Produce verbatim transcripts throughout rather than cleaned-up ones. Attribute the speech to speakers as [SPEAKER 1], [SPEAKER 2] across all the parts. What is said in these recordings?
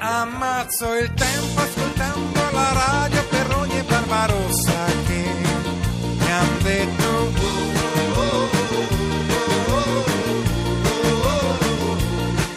[SPEAKER 1] Ammazzo il tempo ascoltando la radio per ogni Barbarossa che mi han detto oh, oh, oh, oh, oh, oh.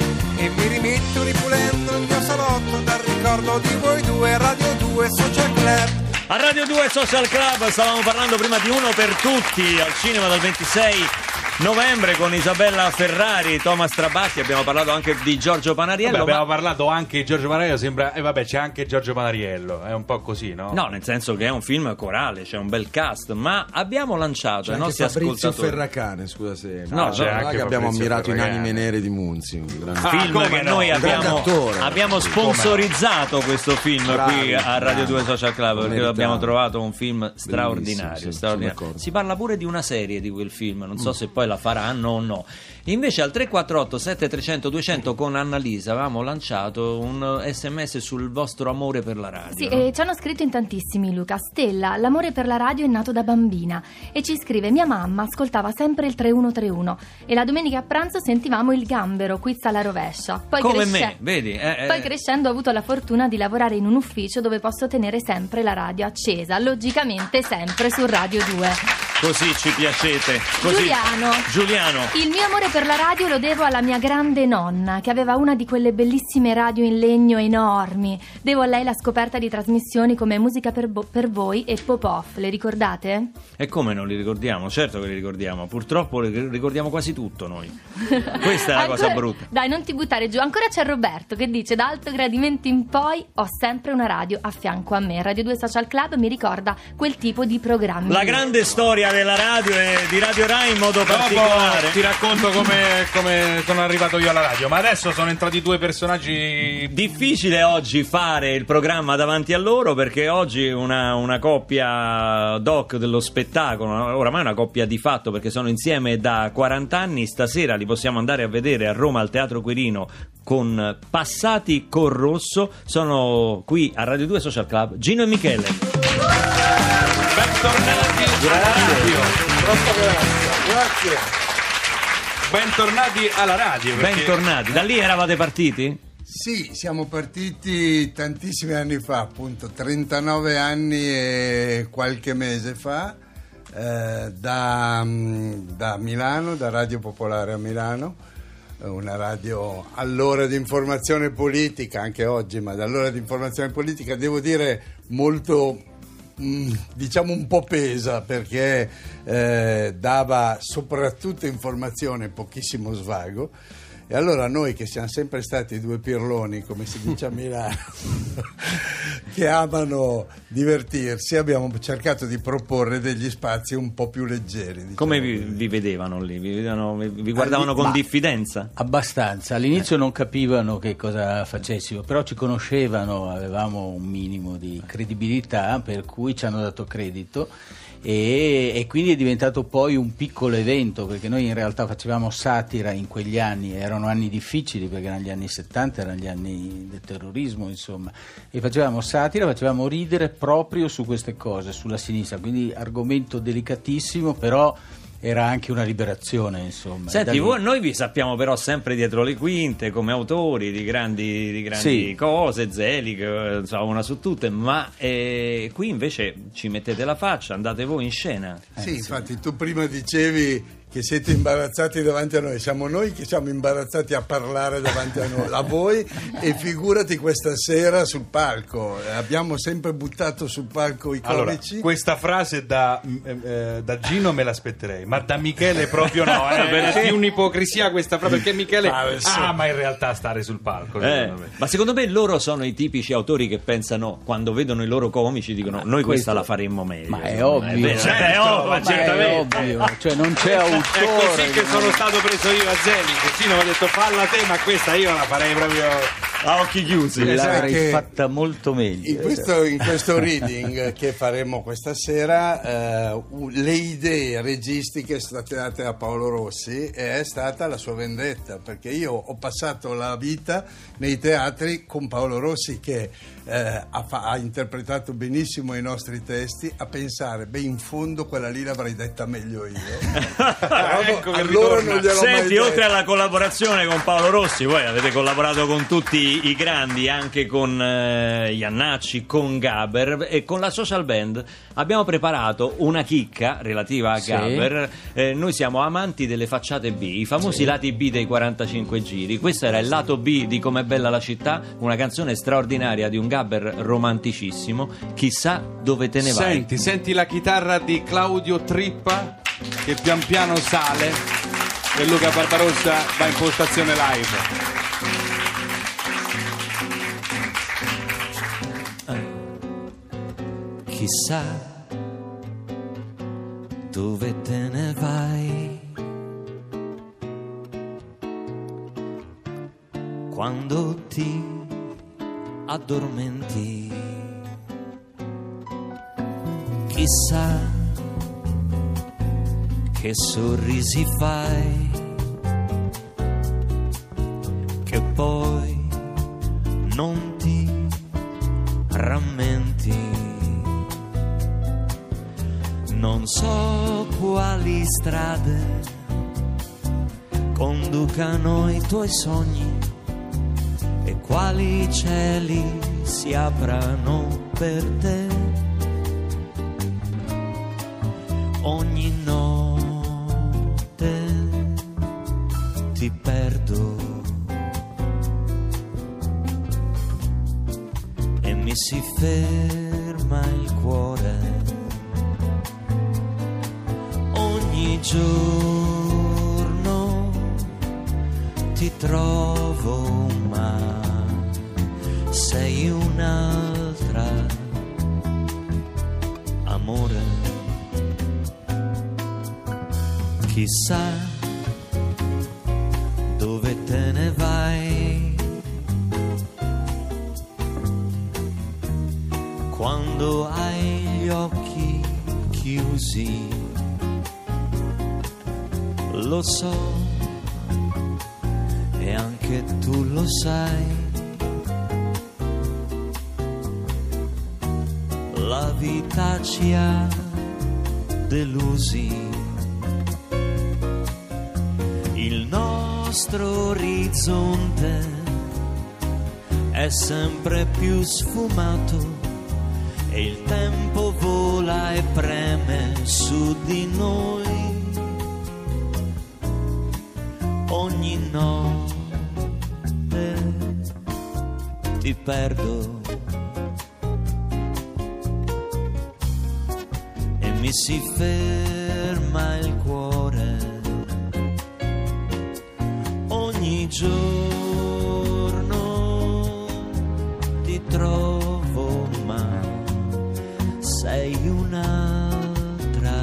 [SPEAKER 1] E mi rimetto ripulendo il mio salotto dal ricordo di voi due, Radio due Social Club.
[SPEAKER 2] A Radio due Social Club stavamo parlando prima di Uno per tutti al cinema dal ventisei novembre con Isabella Ferrari, Thomas Trabacchi, abbiamo parlato anche di Giorgio Panariello.
[SPEAKER 3] Vabbè, abbiamo
[SPEAKER 2] ma...
[SPEAKER 3] parlato anche di Giorgio Panariello, sembra e eh, vabbè, c'è anche Giorgio Panariello, è un po' così, no?
[SPEAKER 2] No, nel senso che è un film corale, c'è un bel cast, ma abbiamo lanciato
[SPEAKER 4] c'è
[SPEAKER 2] ai nostri
[SPEAKER 4] Fabrizio
[SPEAKER 2] ascoltatori
[SPEAKER 4] Ferracane, scusa se
[SPEAKER 2] no,
[SPEAKER 4] no,
[SPEAKER 2] c'è
[SPEAKER 4] c'è
[SPEAKER 2] anche
[SPEAKER 4] anche abbiamo
[SPEAKER 3] Fabrizio
[SPEAKER 4] ammirato
[SPEAKER 3] Ferracane.
[SPEAKER 4] In Anime Nere di Munzi, un grande
[SPEAKER 3] Ah,
[SPEAKER 2] film
[SPEAKER 3] come
[SPEAKER 2] che
[SPEAKER 3] no?
[SPEAKER 2] noi
[SPEAKER 4] Un grande
[SPEAKER 2] abbiamo,
[SPEAKER 4] attore.
[SPEAKER 2] abbiamo sponsorizzato questo film
[SPEAKER 4] Bravi,
[SPEAKER 2] qui a Radio
[SPEAKER 4] bravi.
[SPEAKER 2] due Social Club perché
[SPEAKER 4] Meritava.
[SPEAKER 2] abbiamo trovato un film straordinario,
[SPEAKER 4] Bellissimo, sì,
[SPEAKER 2] straordinario.
[SPEAKER 4] sono d'accordo.
[SPEAKER 2] Si parla pure di una serie di quel film, non so mm. se poi la faranno o no. Invece al tre quattro otto sette tre zero zero due zero zero con Annalisa avevamo lanciato un sms sul vostro amore per la radio.
[SPEAKER 5] Sì,
[SPEAKER 2] no?
[SPEAKER 5] e ci hanno scritto in tantissimi, Luca. Stella, l'amore per la radio è nato da bambina e ci scrive: mia mamma ascoltava sempre il tre uno tre uno e la domenica a pranzo sentivamo il Gambero, quiz alla rovescia. Poi
[SPEAKER 2] Come
[SPEAKER 5] cresce...
[SPEAKER 2] me, vedi? Eh,
[SPEAKER 5] Poi
[SPEAKER 2] eh.
[SPEAKER 5] crescendo ho avuto la fortuna di lavorare in un ufficio dove posso tenere sempre la radio accesa, logicamente sempre su Radio due.
[SPEAKER 2] Così ci piacete. Così.
[SPEAKER 5] Giuliano.
[SPEAKER 2] Giuliano.
[SPEAKER 5] Il mio amore per la radio lo devo alla mia grande nonna, che aveva una di quelle bellissime radio in legno enormi. Devo a lei la scoperta di trasmissioni come Musica per, bo- per voi e Pop-Off. Le ricordate?
[SPEAKER 2] E come non li ricordiamo? Certo che li ricordiamo. Purtroppo li ricordiamo quasi tutto noi. Questa è la cosa
[SPEAKER 5] Ancora-
[SPEAKER 2] brutta.
[SPEAKER 5] Dai, non ti buttare giù. Ancora c'è Roberto che dice: da alto gradimento in poi ho sempre una radio a fianco a me. Radio due Social Club mi ricorda quel tipo di programmi.
[SPEAKER 2] La grande storia della radio e di Radio Rai in modo
[SPEAKER 3] Dopo
[SPEAKER 2] particolare.
[SPEAKER 3] ti racconto come, come sono arrivato io alla radio, ma adesso sono entrati due personaggi.
[SPEAKER 2] Difficile oggi fare il programma davanti a loro perché oggi una, una coppia doc dello spettacolo, oramai una coppia di fatto perché sono insieme da quaranta anni, stasera li possiamo andare a vedere a Roma al Teatro Quirino con Passati col Rosso. Sono qui a Radio due Social Club Gino e Michele.
[SPEAKER 3] Bentornati alla radio.
[SPEAKER 4] Troppo grazie. Grazie.
[SPEAKER 3] Bentornati alla radio. perché-
[SPEAKER 2] Bentornati. Da lì eravate partiti?
[SPEAKER 1] Sì, siamo partiti tantissimi anni fa, appunto trentanove anni e qualche mese fa, eh, da, da Milano, da Radio Popolare a Milano, una radio allora di informazione politica, anche oggi, ma da allora di informazione politica devo dire molto, mh, diciamo un po' pesa, perché eh, dava soprattutto informazione, pochissimo svago. E allora noi che siamo sempre stati due pirloni, come si dice a Milano, che amano divertirsi, abbiamo cercato di proporre degli spazi un po' più leggeri. Diciamo.
[SPEAKER 2] Come vi, vi vedevano lì? Vi, vedevano, vi, vi guardavano
[SPEAKER 6] Ah,
[SPEAKER 2] con
[SPEAKER 6] ma-
[SPEAKER 2] diffidenza?
[SPEAKER 6] Abbastanza, all'inizio non capivano che cosa facessimo, però ci conoscevano, avevamo un minimo di credibilità, per cui ci hanno dato credito e, e quindi è diventato poi un piccolo evento, perché noi in realtà facevamo satira in quegli anni, erano anni difficili perché erano gli anni settanta, erano gli anni del terrorismo, insomma, e facevamo satira, facevamo ridere proprio su queste cose, sulla sinistra, quindi argomento delicatissimo, però era anche una liberazione, insomma.
[SPEAKER 2] Senti,
[SPEAKER 6] Da lì-
[SPEAKER 2] voi, noi vi sappiamo però sempre dietro le quinte come autori di grandi, di grandi
[SPEAKER 6] Sì.
[SPEAKER 2] cose, Zelig, eh, insomma, una su tutte, ma eh, qui invece ci mettete la faccia, andate voi in scena.
[SPEAKER 1] Sì, infatti tu prima dicevi che siete imbarazzati davanti a noi, siamo noi che siamo imbarazzati a parlare davanti a noi, a voi, e figurati questa sera sul palco, abbiamo sempre buttato sul palco i
[SPEAKER 3] Allora,
[SPEAKER 1] comici.
[SPEAKER 3] questa frase da, eh, da Gino me l'aspetterei, ma da Michele proprio no, eh,
[SPEAKER 2] Perché?
[SPEAKER 3] è di un'ipocrisia questa frase, perché Michele
[SPEAKER 1] Ah, adesso-
[SPEAKER 3] ah, ma in realtà stare sul palco,
[SPEAKER 2] Eh,
[SPEAKER 3] secondo me.
[SPEAKER 2] ma secondo me loro sono i tipici autori che pensano, quando vedono i loro comici, dicono noi questa
[SPEAKER 6] questo-
[SPEAKER 2] la faremmo meglio.
[SPEAKER 6] Ma è
[SPEAKER 2] secondo me.
[SPEAKER 6] ovvio.
[SPEAKER 2] vero?
[SPEAKER 3] Certo,
[SPEAKER 2] Eh, oh,
[SPEAKER 3] ma
[SPEAKER 2] ma
[SPEAKER 6] Ma
[SPEAKER 2] certamente.
[SPEAKER 6] è ovvio, cioè non c'è autore.
[SPEAKER 3] È così che sono stato preso io a Zelig. Gino mi ha detto falla te, ma questa io la farei proprio
[SPEAKER 2] A occhi chiusi.
[SPEAKER 6] L'avrei
[SPEAKER 1] Perché
[SPEAKER 6] fatta molto meglio.
[SPEAKER 1] In questo, in questo reading che faremo questa sera, eh, u- le idee registiche sono state date a Paolo Rossi e è stata la sua vendetta, perché io ho passato la vita nei teatri con Paolo Rossi che eh, ha, fa- ha interpretato benissimo i nostri testi, a pensare, beh, in fondo quella lì l'avrei detta meglio io. Però
[SPEAKER 3] Ecco che
[SPEAKER 1] allora
[SPEAKER 3] ritorna.
[SPEAKER 1] non gliel'ho mai
[SPEAKER 2] Senti,
[SPEAKER 1] detto.
[SPEAKER 2] oltre alla collaborazione con Paolo Rossi, voi avete collaborato con tutti i, i grandi anche con eh, Iannacci, con Gaber e con la social band abbiamo preparato una chicca relativa a
[SPEAKER 6] Sì.
[SPEAKER 2] Gaber. Eh, noi siamo amanti delle facciate B, i famosi
[SPEAKER 6] Sì.
[SPEAKER 2] lati B dei quarantacinque giri. Questo era il lato B di Com'è bella la città, una canzone straordinaria di un Gaber romanticissimo. Chissà dove te ne vai.
[SPEAKER 3] Senti, senti la chitarra di Claudio Trippa che pian piano sale e Luca Barbarossa va in postazione live.
[SPEAKER 2] Chissà dove te ne vai quando ti addormenti. Chissà che sorrisi fai che poi non ti rammenti. Non so quali strade conducano i tuoi sogni e quali cieli si aprano per te. Ogni notte ti perdo e mi si ferma il cuore. Ogni giorno ti trovo, ma sei un'altra, amore. Chissà dove te ne vai quando hai gli occhi chiusi. Lo so e anche tu lo sai, la vita ci ha delusi, il nostro orizzonte è sempre più sfumato e il tempo vola e preme su di noi. Ogni notte ti perdo e mi si ferma il cuore. Ogni giorno ti trovo, ma sei un'altra,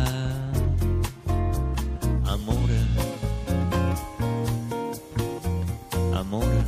[SPEAKER 2] amore. Amore,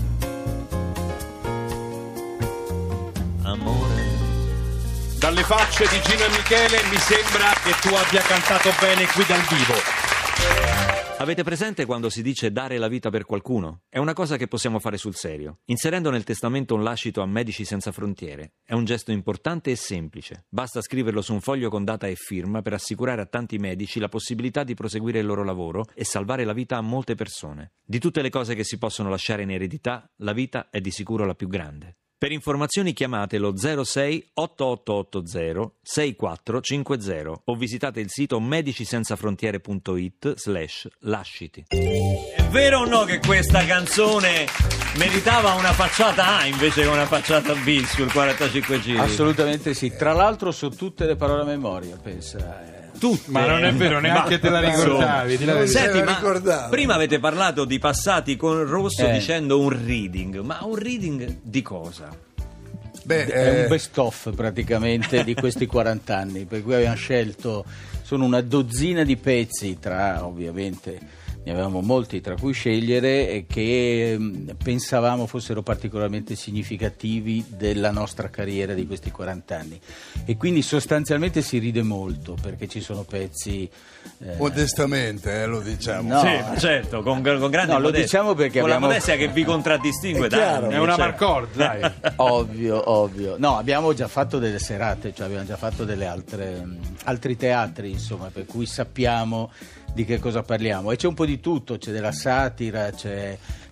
[SPEAKER 2] amore.
[SPEAKER 3] Dalle facce di Gino e Michele mi sembra che tu abbia cantato bene qui dal vivo.
[SPEAKER 2] Avete presente quando si dice dare la vita per qualcuno? È una cosa che possiamo fare sul serio. Inserendo nel testamento un lascito a Medici Senza Frontiere. È un gesto importante e semplice. Basta scriverlo su un foglio con data e firma per assicurare a tanti medici la possibilità di proseguire il loro lavoro e salvare la vita a molte persone. Di tutte le cose che si possono lasciare in eredità, la vita è di sicuro la più grande. Per informazioni chiamate lo zero sei otto otto otto zero sei quattro cinque zero o visitate il sito medicisenzafrontiere.it slash lasciti. È vero o no che questa canzone meritava una facciata A invece che una facciata B sul quarantacinque giri?
[SPEAKER 6] Assolutamente sì. Tra l'altro su tutte le parole a memoria, pensa. eh.
[SPEAKER 2] Tutte.
[SPEAKER 3] Ma non è vero, neanche te la ricordavi. Di la
[SPEAKER 1] Non
[SPEAKER 3] verità.
[SPEAKER 1] se
[SPEAKER 2] Senti,
[SPEAKER 1] la
[SPEAKER 2] ma
[SPEAKER 1] ricordavo.
[SPEAKER 2] prima avete parlato di passati con Rosso
[SPEAKER 6] Eh.
[SPEAKER 2] dicendo un reading, ma un reading di cosa?
[SPEAKER 1] Beh,
[SPEAKER 6] È
[SPEAKER 1] eh,
[SPEAKER 6] un best-of praticamente di questi quaranta anni, per cui abbiamo scelto, sono una dozzina di pezzi, tra ovviamente ne avevamo molti tra cui scegliere, e che mh, pensavamo fossero particolarmente significativi della nostra carriera di questi quaranta anni, e quindi sostanzialmente si ride molto perché ci sono pezzi eh,
[SPEAKER 1] modestamente, eh, lo diciamo.
[SPEAKER 6] No.
[SPEAKER 2] Sì, certo, con, con grande
[SPEAKER 6] No, lo
[SPEAKER 2] modestia.
[SPEAKER 6] diciamo perché
[SPEAKER 2] con
[SPEAKER 6] abbiamo-
[SPEAKER 2] la modestia che vi contraddistingue
[SPEAKER 1] È
[SPEAKER 2] da
[SPEAKER 1] chiaro.
[SPEAKER 2] anni,
[SPEAKER 3] È una
[SPEAKER 2] cioè.
[SPEAKER 3] Marcord, dai.
[SPEAKER 6] Ovvio, ovvio. No, abbiamo già fatto delle serate, cioè abbiamo già fatto delle altre mh, altri teatri, insomma, per cui sappiamo di che cosa parliamo. E c'è un po' di tutto, c'è della satira, c'è,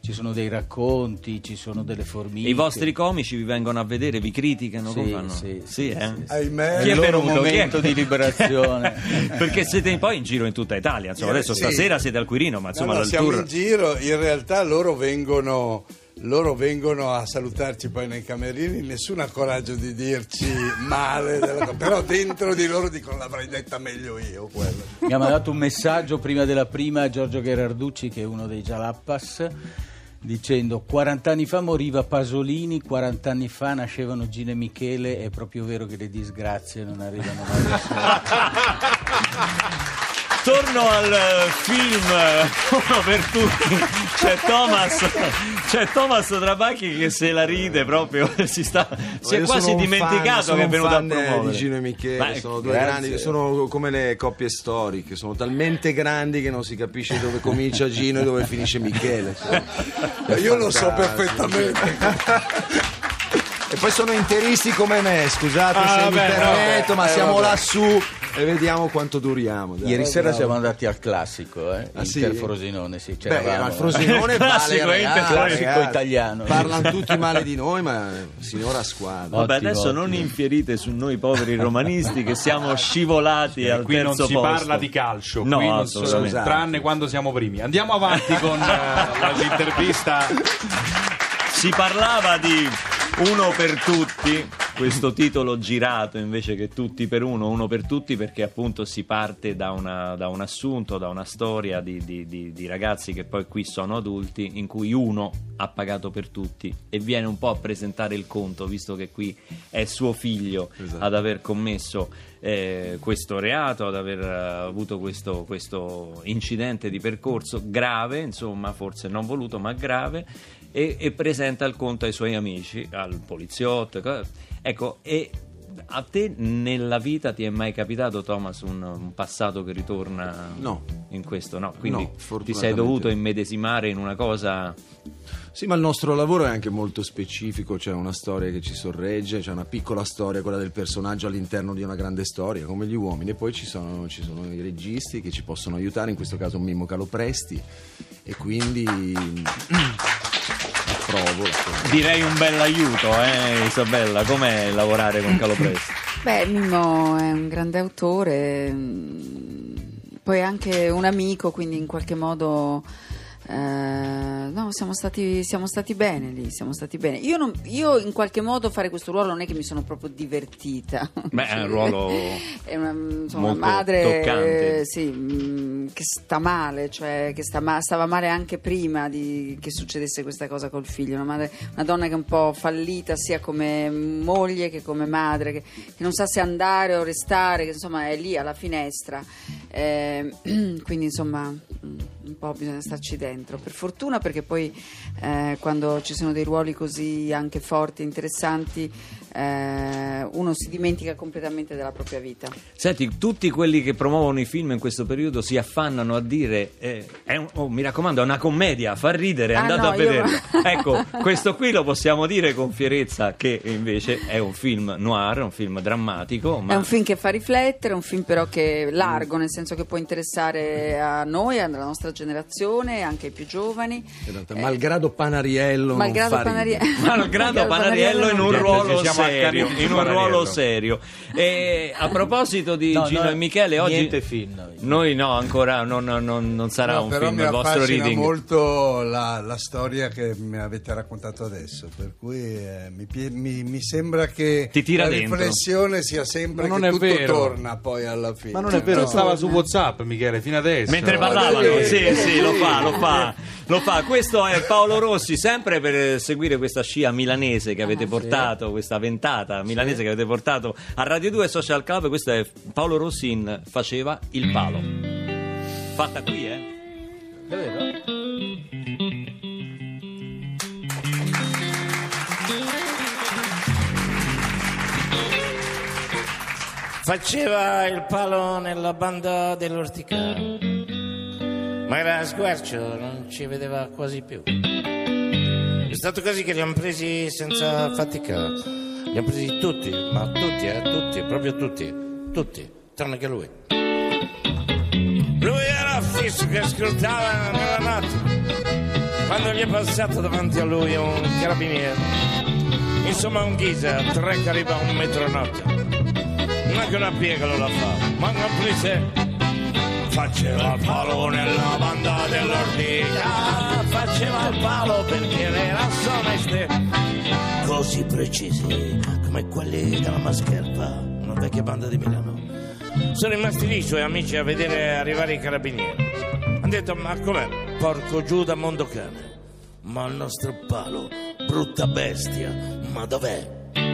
[SPEAKER 6] ci sono dei racconti, ci sono delle formiche.
[SPEAKER 2] E i vostri comici vi vengono a vedere, vi criticano?
[SPEAKER 6] Sì,
[SPEAKER 2] come fanno?
[SPEAKER 6] sì,
[SPEAKER 2] sì,
[SPEAKER 6] sì,
[SPEAKER 2] eh?
[SPEAKER 6] sì, sì.
[SPEAKER 1] Ahimè.
[SPEAKER 2] Chi è
[SPEAKER 6] il loro
[SPEAKER 2] venuto?
[SPEAKER 6] momento
[SPEAKER 2] Chi è?
[SPEAKER 6] di liberazione.
[SPEAKER 2] Perché siete poi in giro in tutta Italia, insomma, adesso
[SPEAKER 1] Sì.
[SPEAKER 2] stasera siete al Quirino, ma insomma
[SPEAKER 1] No, no,
[SPEAKER 2] il
[SPEAKER 1] siamo
[SPEAKER 2] tour...
[SPEAKER 1] in giro, in realtà loro vengono, loro vengono a salutarci poi nei camerini, nessuno ha coraggio di dirci male, della... però dentro di loro dicono l'avrei detta meglio io quella.
[SPEAKER 6] Mi ha mandato un messaggio prima della prima Giorgio Gherarducci, che è uno dei Jalappas, dicendo: quaranta anni fa moriva Pasolini, quaranta anni fa nascevano Gino e Michele, è proprio vero che le disgrazie non arrivano mai da sole.
[SPEAKER 2] Torno al film Uno per tutti. C'è Thomas, c'è Thomas Trabacchi che se la ride proprio, si, sta, si è
[SPEAKER 4] Io
[SPEAKER 2] quasi
[SPEAKER 4] sono un
[SPEAKER 2] dimenticato
[SPEAKER 4] fan,
[SPEAKER 2] che è
[SPEAKER 4] sono
[SPEAKER 2] venuto a
[SPEAKER 4] un fan
[SPEAKER 2] promuovere.
[SPEAKER 4] di Gino e Michele,
[SPEAKER 2] Ma-
[SPEAKER 4] sono due
[SPEAKER 6] grazie.
[SPEAKER 4] grandi, sono come le coppie storiche, sono talmente grandi che non si capisce dove comincia Gino e dove finisce Michele.
[SPEAKER 1] Io lo so
[SPEAKER 4] Fantastico.
[SPEAKER 1] perfettamente.
[SPEAKER 4] E poi sono interisti come me, scusate
[SPEAKER 3] Ah,
[SPEAKER 4] se mi
[SPEAKER 3] vabbè,
[SPEAKER 4] permetto, ma
[SPEAKER 1] vabbè,
[SPEAKER 4] siamo
[SPEAKER 1] vabbè.
[SPEAKER 4] lassù e vediamo quanto duriamo. dai.
[SPEAKER 6] Ieri sera siamo andati al classico, eh?
[SPEAKER 4] Ah, sì?
[SPEAKER 6] Inter Frosinone, sì,
[SPEAKER 4] Beh,
[SPEAKER 6] c'eravamo.
[SPEAKER 4] ma il Frosinone
[SPEAKER 2] Classico
[SPEAKER 4] vale
[SPEAKER 2] Inter,
[SPEAKER 4] ragazzi,
[SPEAKER 6] classico
[SPEAKER 4] ragazzi.
[SPEAKER 6] italiano.
[SPEAKER 4] Parlano tutti male di noi, ma signora squadra.
[SPEAKER 2] Vabbè,
[SPEAKER 6] Ottimo,
[SPEAKER 2] adesso
[SPEAKER 6] ottimo.
[SPEAKER 2] non infierite su noi poveri romanisti che siamo scivolati al
[SPEAKER 3] Qui non
[SPEAKER 2] terzo
[SPEAKER 3] si
[SPEAKER 2] posto.
[SPEAKER 3] parla di calcio,
[SPEAKER 2] No,
[SPEAKER 3] qui non
[SPEAKER 2] assolutamente.
[SPEAKER 3] so- tranne quando siamo primi. Andiamo avanti con eh, l'intervista.
[SPEAKER 2] Si parlava di Uno per tutti, questo titolo girato invece che Tutti per uno, Uno per tutti, perché appunto si parte da, una, da un assunto, da una storia di, di, di, di ragazzi che poi qui sono adulti, in cui uno ha pagato per tutti e viene un po' a presentare il conto, visto che qui è suo figlio
[SPEAKER 4] Esatto.
[SPEAKER 2] ad aver commesso eh, questo reato, ad aver eh, avuto questo, questo incidente di percorso grave, insomma, forse non voluto ma grave, e, e presenta il conto ai suoi amici, al poliziotto, co- ecco. E a te nella vita ti è mai capitato, Thomas, un, un passato che ritorna
[SPEAKER 4] No.
[SPEAKER 2] in questo? No, quindi
[SPEAKER 4] No,
[SPEAKER 2] ti sei
[SPEAKER 4] fortunatamente.
[SPEAKER 2] dovuto immedesimare in una cosa.
[SPEAKER 4] Sì, ma il nostro lavoro è anche molto specifico, c'è una storia che ci sorregge, c'è una piccola storia, quella del personaggio all'interno di una grande storia, come gli uomini, e poi ci sono, ci sono i registi che ci possono aiutare, in questo caso Mimmo Calopresti, e quindi approvo.
[SPEAKER 2] Direi un bel aiuto, eh, Isabella, com'è lavorare con Calopresti?
[SPEAKER 7] Beh, Mimmo è un grande autore, mm, poi anche un amico, quindi in qualche modo eh, no, siamo stati, siamo stati bene lì, siamo stati bene. Io, non, io in qualche modo fare questo ruolo non è che mi sono proprio divertita.
[SPEAKER 2] Beh, è un ruolo
[SPEAKER 7] è una, insomma,
[SPEAKER 2] molto
[SPEAKER 7] una madre
[SPEAKER 2] toccante.
[SPEAKER 7] eh, sì, mm, che sta male, cioè che sta ma- stava male anche prima di, che succedesse questa cosa col figlio. Una, madre, una donna che è un po' fallita sia come moglie che come madre, che, che non sa se andare o restare, che insomma è lì alla finestra. Eh, quindi insomma un po' bisogna starci dentro, per fortuna, perché poi eh, quando ci sono dei ruoli così anche forti e interessanti eh, uno si dimentica completamente della propria vita.
[SPEAKER 2] Senti, tutti quelli che promuovono i film in questo periodo si affannano a dire eh, è un- oh, mi raccomando, è una commedia, fa ridere,
[SPEAKER 7] Ah,
[SPEAKER 2] andate
[SPEAKER 7] no,
[SPEAKER 2] a
[SPEAKER 7] io-
[SPEAKER 2] vederlo. Ecco, questo qui lo possiamo dire con fierezza che invece è un film noir, un film drammatico, ma
[SPEAKER 7] È un film che fa riflettere, è un film però che è largo, nel senso che può interessare a noi, alla nostra generazione, anche ai più giovani.
[SPEAKER 4] In realtà,
[SPEAKER 7] Eh,
[SPEAKER 4] malgrado Panariello
[SPEAKER 7] malgrado
[SPEAKER 4] non fa
[SPEAKER 7] Panari-
[SPEAKER 4] ridere.
[SPEAKER 2] Malgrado Panariello in un
[SPEAKER 3] non-
[SPEAKER 2] ruolo
[SPEAKER 3] Ci siamo
[SPEAKER 2] serio,
[SPEAKER 3] accaniti su
[SPEAKER 2] in un
[SPEAKER 3] Panariello.
[SPEAKER 2] ruolo serio. E a proposito di
[SPEAKER 6] No,
[SPEAKER 2] Gino
[SPEAKER 6] no,
[SPEAKER 2] e Michele, oggi
[SPEAKER 6] niente film, noi.
[SPEAKER 2] noi no, ancora non, non- non- non sarà
[SPEAKER 1] No,
[SPEAKER 2] un
[SPEAKER 1] però
[SPEAKER 2] film
[SPEAKER 1] mi
[SPEAKER 2] il vostro
[SPEAKER 1] affascina
[SPEAKER 2] reading.
[SPEAKER 1] molto la, la storia che mi avete raccontato adesso, per cui eh, mi, pie- mi- mi sembra che
[SPEAKER 2] Ti tira
[SPEAKER 1] la
[SPEAKER 2] dentro.
[SPEAKER 1] riflessione sia sempre
[SPEAKER 3] Ma non
[SPEAKER 1] che
[SPEAKER 3] è
[SPEAKER 1] tutto
[SPEAKER 3] vero.
[SPEAKER 1] torna poi alla fine.
[SPEAKER 3] Ma non è vero,
[SPEAKER 7] Tutto
[SPEAKER 3] stava
[SPEAKER 7] torna.
[SPEAKER 3] su WhatsApp Michele fino adesso.
[SPEAKER 2] Mentre parlavano,
[SPEAKER 1] Eh,
[SPEAKER 2] sì,
[SPEAKER 1] eh,
[SPEAKER 2] sì, lo fa, lo fa, lo fa. Questo è Paolo Rossi, sempre per seguire questa scia milanese che avete portato, questa ventata milanese che avete portato a Radio due Social Club. Questo è Paolo Rossi in Faceva il palo. Fatta qui, eh?
[SPEAKER 6] Davvero?
[SPEAKER 8] Faceva il palo nella banda dell'Orticaro, ma era sguarcio, non ci vedeva quasi più. È stato così che li hanno presi senza fatica. Li hanno presi tutti, ma tutti, eh, tutti, proprio tutti, tutti, tranne che lui. Lui era fisso che ascoltava nella notte quando gli è passato davanti a lui un carabiniere, insomma un ghisa, tre cariba un metronotte, neanche una piega non la fa, ma un complice faceva il palo nella banda dell'Ortica, faceva il palo perché era soneste, così precisi come quelli della Mascherpa, una vecchia banda di Milano. Sono rimasti lì i suoi amici a vedere arrivare i carabinieri. Hanno detto: ma com'è? Porco Giuda mondocane. Ma il nostro palo, brutta bestia, ma dov'è?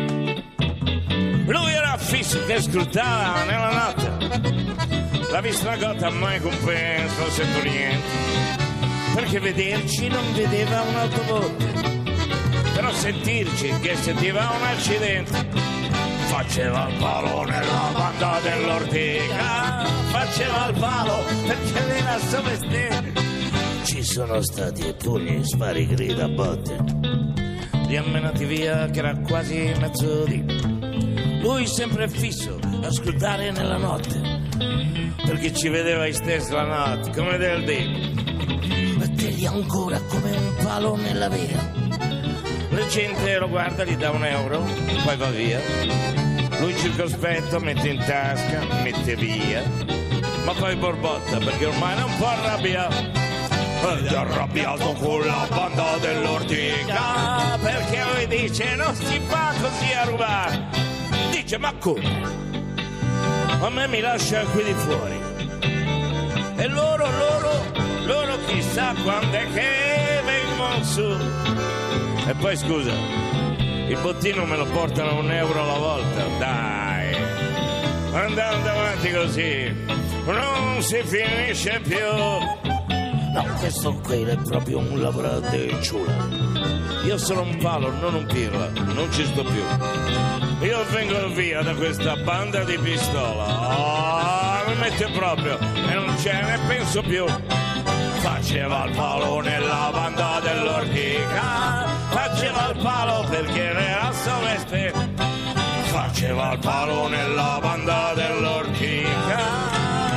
[SPEAKER 8] Lui era fisso che scrutava nella notte. L'ha vista una gota, mai compenso, non sento niente. Perché vederci non vedeva un'autobotte, però sentirci che sentiva un accidente. Faceva il palo nella banda dell'Ortica, faceva il palo perché era sovestente. Ci sono stati pugni, spari, grida, botte, li ha menati via che era quasi mezzodì. Lui sempre fisso a scrutare nella notte, perché ci vedeva i stessi la notte come del dì. Mettegli ancora come un palo nella via. La gente lo guarda, gli dà un euro, poi va via. Lui circospetto mette in tasca, mette via, ma poi borbotta perché ormai non può arrabbiare. Ed è arrabbiato con la banda dell'Ortica, perché lui dice non si fa così a rubare. Dice: ma come? A me mi lascia qui di fuori. E loro, loro, loro chissà quando è che vengono su. E poi scusa, il bottino me lo portano a un euro alla volta, dai. Andando avanti così non si finisce più. No, questo qui è proprio un lavoratore di ciula. Io sono un palo, non un pirla, non ci sto più. Io vengo via da questa banda di pistola. Oh, mi mette proprio e non ce ne penso più. Faceva il palo nella banda dell'Ortica, faceva il palo perché era soveste, faceva il palo nella banda dell'Ortica,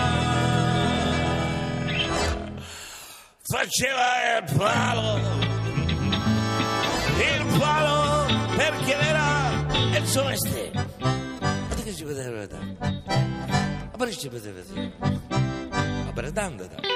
[SPEAKER 8] faceva il palo, il palo perché era il soveste. Ma che ci poteva vedere? Ma perché ci poteva vedere? Ma per andare.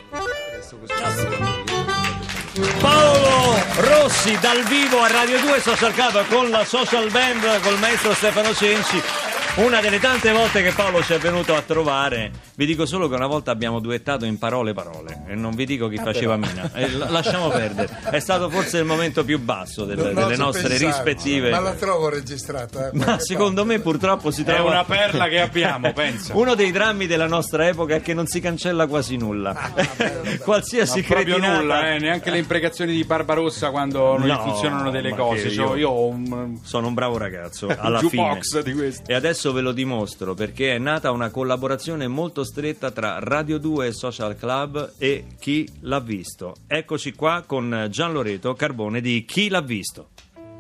[SPEAKER 2] Paolo Rossi dal vivo a Radio due Social Club con la Social Band, col maestro Stefano Cenci. Una delle tante volte che Paolo ci è venuto a trovare, vi dico solo che una volta abbiamo duettato in Parole Parole e non vi dico chi ah, faceva però. Mina, e l- lasciamo perdere. È stato forse il momento più basso del, delle nostre pensavo, rispettive.
[SPEAKER 1] Ma la trovo registrata. Eh,
[SPEAKER 2] ma secondo parte. me purtroppo si trova.
[SPEAKER 3] È una perla che abbiamo, pensa.
[SPEAKER 2] Uno dei drammi della nostra epoca è che non si cancella quasi nulla. Ah, bello, bello. Qualsiasi
[SPEAKER 3] ma proprio
[SPEAKER 2] cretinata.
[SPEAKER 3] nulla, eh, neanche le imprecazioni di Barbarossa quando non no, funzionano delle cose. Cioè, io, io ho un...
[SPEAKER 2] sono un bravo ragazzo alla fine.
[SPEAKER 3] Di questo.
[SPEAKER 2] E adesso ve lo dimostro, perché è nata una collaborazione molto stretta tra Radio due Social Club e Chi l'ha visto. Eccoci qua con Gian Loreto Carbone di Chi l'ha visto.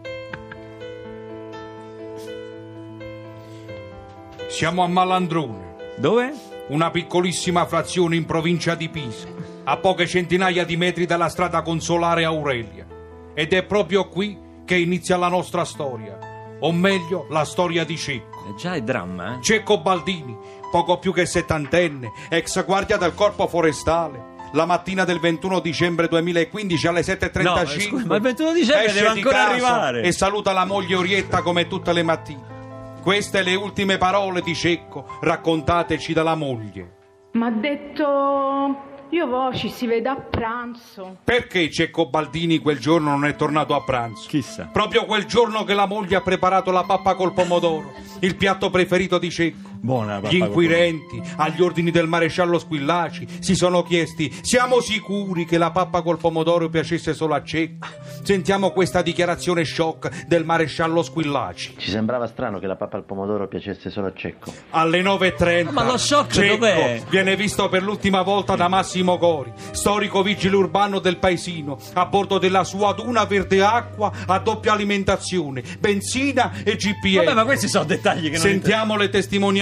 [SPEAKER 9] Siamo a Malandrone.
[SPEAKER 2] Dove?
[SPEAKER 9] Una piccolissima frazione in provincia di Pisa, a poche centinaia di metri dalla strada consolare Aurelia. Ed è proprio qui che inizia la nostra storia, o meglio la storia di Cecco.
[SPEAKER 2] Già è dramma, eh?
[SPEAKER 9] Cecco Baldini, poco più che settantenne, ex guardia del corpo forestale. La mattina del ventuno dicembre duemilaquindici alle sette e trentacinque
[SPEAKER 2] no, scusa, ma il ventuno dicembre deve ancora arrivare
[SPEAKER 9] e saluta la moglie Orietta come tutte le mattine. Queste le ultime parole di Cecco raccontateci dalla moglie.
[SPEAKER 10] M'ha detto: io vo ci si vede a pranzo.
[SPEAKER 9] Perché Cecco Baldini quel giorno non è tornato a pranzo?
[SPEAKER 2] Chissà.
[SPEAKER 9] Proprio quel giorno che la moglie ha preparato la pappa col pomodoro, il piatto preferito di Cecco.
[SPEAKER 2] Buona,
[SPEAKER 9] Gli inquirenti, agli ordini del maresciallo Squillaci, si sono chiesti: siamo sicuri che la pappa col pomodoro piacesse solo a Cecco? Sentiamo questa dichiarazione shock del maresciallo Squillaci.
[SPEAKER 11] Ci sembrava strano che la pappa al pomodoro piacesse solo a Cecco.
[SPEAKER 9] Alle nove e trenta
[SPEAKER 2] ma lo shock
[SPEAKER 9] Cecco
[SPEAKER 2] dov'è?
[SPEAKER 9] viene visto per l'ultima volta da Massimo Gori, storico vigile urbano del paesino, a bordo della sua Duna Verde Acqua a doppia alimentazione, benzina e G P S.
[SPEAKER 2] Vabbè, ma questi sono dettagli che non
[SPEAKER 9] sentiamo le testimonianze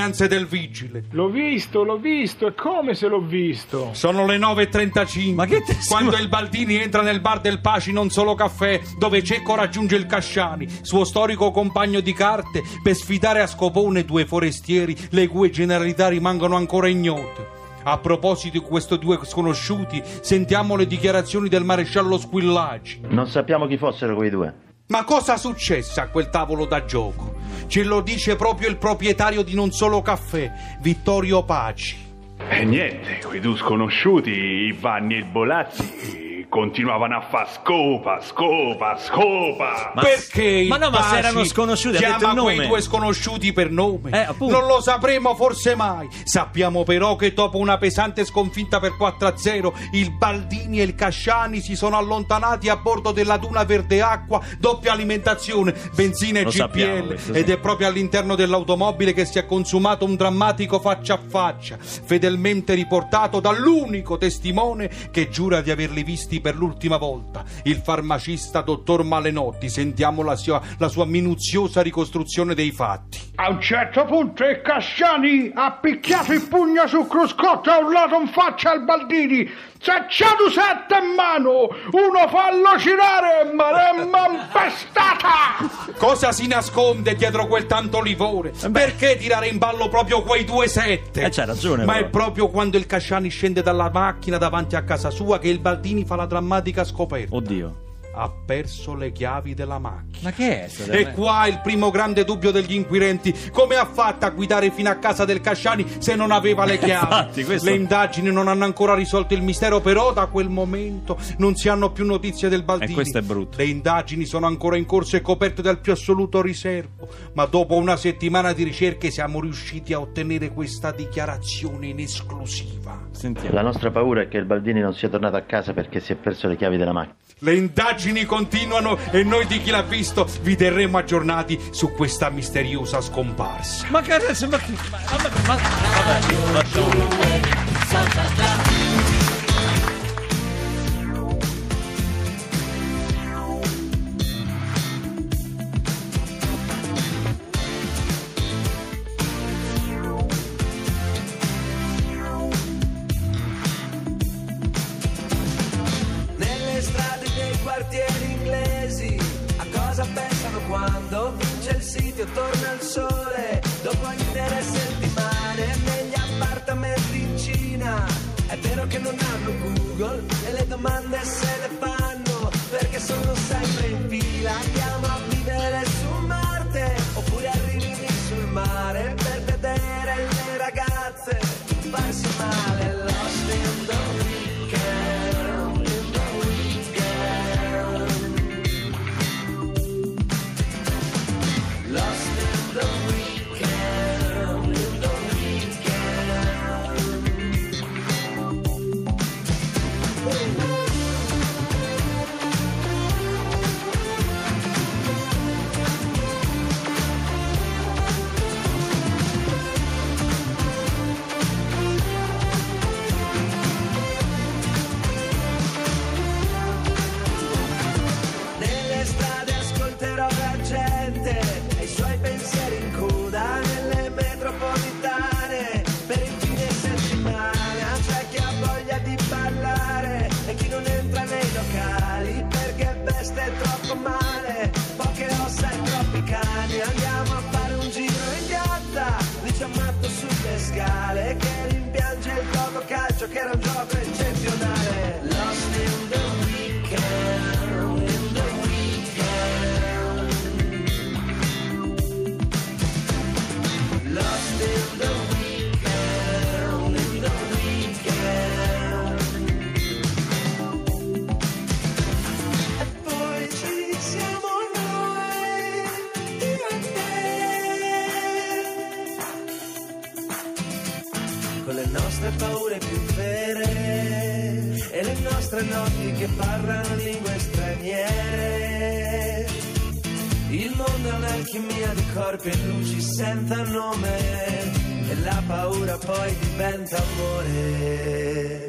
[SPEAKER 9] testimonianze del vigile.
[SPEAKER 12] L'ho visto, l'ho visto, e come se l'ho visto?
[SPEAKER 9] Sono le nove e trentacinque.
[SPEAKER 2] Ma che testimon-
[SPEAKER 9] Quando il Baldini entra nel bar del Paci Non Solo Caffè, dove Cecco raggiunge il Casciani, suo storico compagno di carte, per sfidare a scopone due forestieri le cui generalità rimangono ancora ignote. A proposito di questi due sconosciuti, sentiamo le dichiarazioni del maresciallo Squillaci.
[SPEAKER 11] Non sappiamo chi fossero quei due.
[SPEAKER 9] Ma cosa successe a quel tavolo da gioco? Ce lo dice proprio il proprietario di Non Solo Caffè, Vittorio Paci.
[SPEAKER 13] E niente, quei due sconosciuti, il Vanni e il Bolazzi, continuavano a far scopa, scopa, scopa.
[SPEAKER 2] Ma-
[SPEAKER 9] Perché il
[SPEAKER 2] ma no, ma se
[SPEAKER 9] Paci
[SPEAKER 2] erano sconosciuti, ha detto
[SPEAKER 9] chiama
[SPEAKER 2] il nome.
[SPEAKER 9] quei due sconosciuti per nome?
[SPEAKER 2] Eh, appunto.
[SPEAKER 9] Non lo sapremo forse mai. Sappiamo però che dopo una pesante sconfitta per quattro a zero, il Baldini e il Casciani si sono allontanati a bordo della Duna Verde Acqua, doppia alimentazione, benzina e
[SPEAKER 2] Lo
[SPEAKER 9] G P L,
[SPEAKER 2] sappiamo questo, sì.
[SPEAKER 9] ed è proprio all'interno dell'automobile che si è consumato un drammatico faccia a faccia, fedelmente riportato dall'unico testimone che giura di averli visti per l'ultima volta, il farmacista dottor Malenotti. Sentiamo la sua, la sua minuziosa ricostruzione dei fatti.
[SPEAKER 12] A un certo punto il Casciani ha picchiato il pugno su cruscotto e ha urlato in faccia al Baldini: se c'è due sette in mano, uno fallo girare, maremma impestata!
[SPEAKER 9] Cosa si nasconde dietro quel tanto livore? Perché tirare in ballo proprio quei due sette?
[SPEAKER 2] Eh, c'ha ragione,
[SPEAKER 9] Ma
[SPEAKER 2] però.
[SPEAKER 9] è proprio quando il Casciani scende dalla macchina davanti a casa sua che il Baldini fa la drammatica scoperta.
[SPEAKER 2] Oddio.
[SPEAKER 9] Ha perso le chiavi della macchina.
[SPEAKER 2] Ma che è?
[SPEAKER 9] E qua il primo grande dubbio degli inquirenti: come ha fatto a guidare fino a casa del Casciani se non aveva le chiavi?
[SPEAKER 2] Infatti, questo-
[SPEAKER 9] Le indagini non hanno ancora risolto il mistero, però da quel momento non si hanno più notizie del Baldini.
[SPEAKER 2] E questo è brutto.
[SPEAKER 9] Le indagini sono ancora in corso e coperte dal più assoluto riservo, ma dopo una settimana di ricerche siamo riusciti a ottenere questa dichiarazione in esclusiva.
[SPEAKER 2] Sentiamo.
[SPEAKER 11] La nostra paura è che il Baldini non sia tornato a casa perché si è perso le chiavi della macchina.
[SPEAKER 9] Le indagini continuano e noi di Chi l'ha visto vi terremo aggiornati su questa misteriosa scomparsa.
[SPEAKER 2] Ma che adesso, ma, ma, ma, ma, vabbè, lasciamo.
[SPEAKER 14] Nelle strade dei quartieri inglesi, a cosa pensano quando vince il City o torna il sole? Dopo intere settimane negli appartamenti in Cina, è vero che non hanno Google e le domande se le fanno perché sono sempre in fila. Andiamo a vivere su Marte oppure arrivi sul mare per vedere le ragazze farsi male. Lost in the weekend, in the weekend, lost in the weekend, in the Nelle strade ascolterò la gente e i suoi pensieri in coda nelle metropolitane per il fine settimana. C'è chi ha voglia di ballare e chi non entra nei locali perché veste troppo male, poche ossa e troppi cani. Andiamo a fare un giro in piazza, lì c'è un matto sulle scale che rimpiange il gioco calcio che era un gioco eccezionale. Lost in the weekend, in the weekend, lost in the weekend, in the weekend. E poi ci siamo noi, io e te, con le nostre paure più vere e le nostre notti che parlano lingue straniere. Il mondo è un'alchimia di corpi e luci senza nome e la paura poi diventa amore.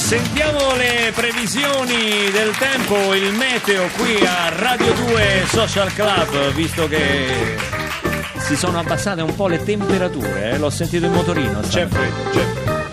[SPEAKER 2] Sentiamo le previsioni del tempo, il meteo qui a Radio due Social Club, visto che si sono abbassate un po' le temperature, eh? L'ho sentito in motorino.
[SPEAKER 3] C'è freddo, c'è freddo.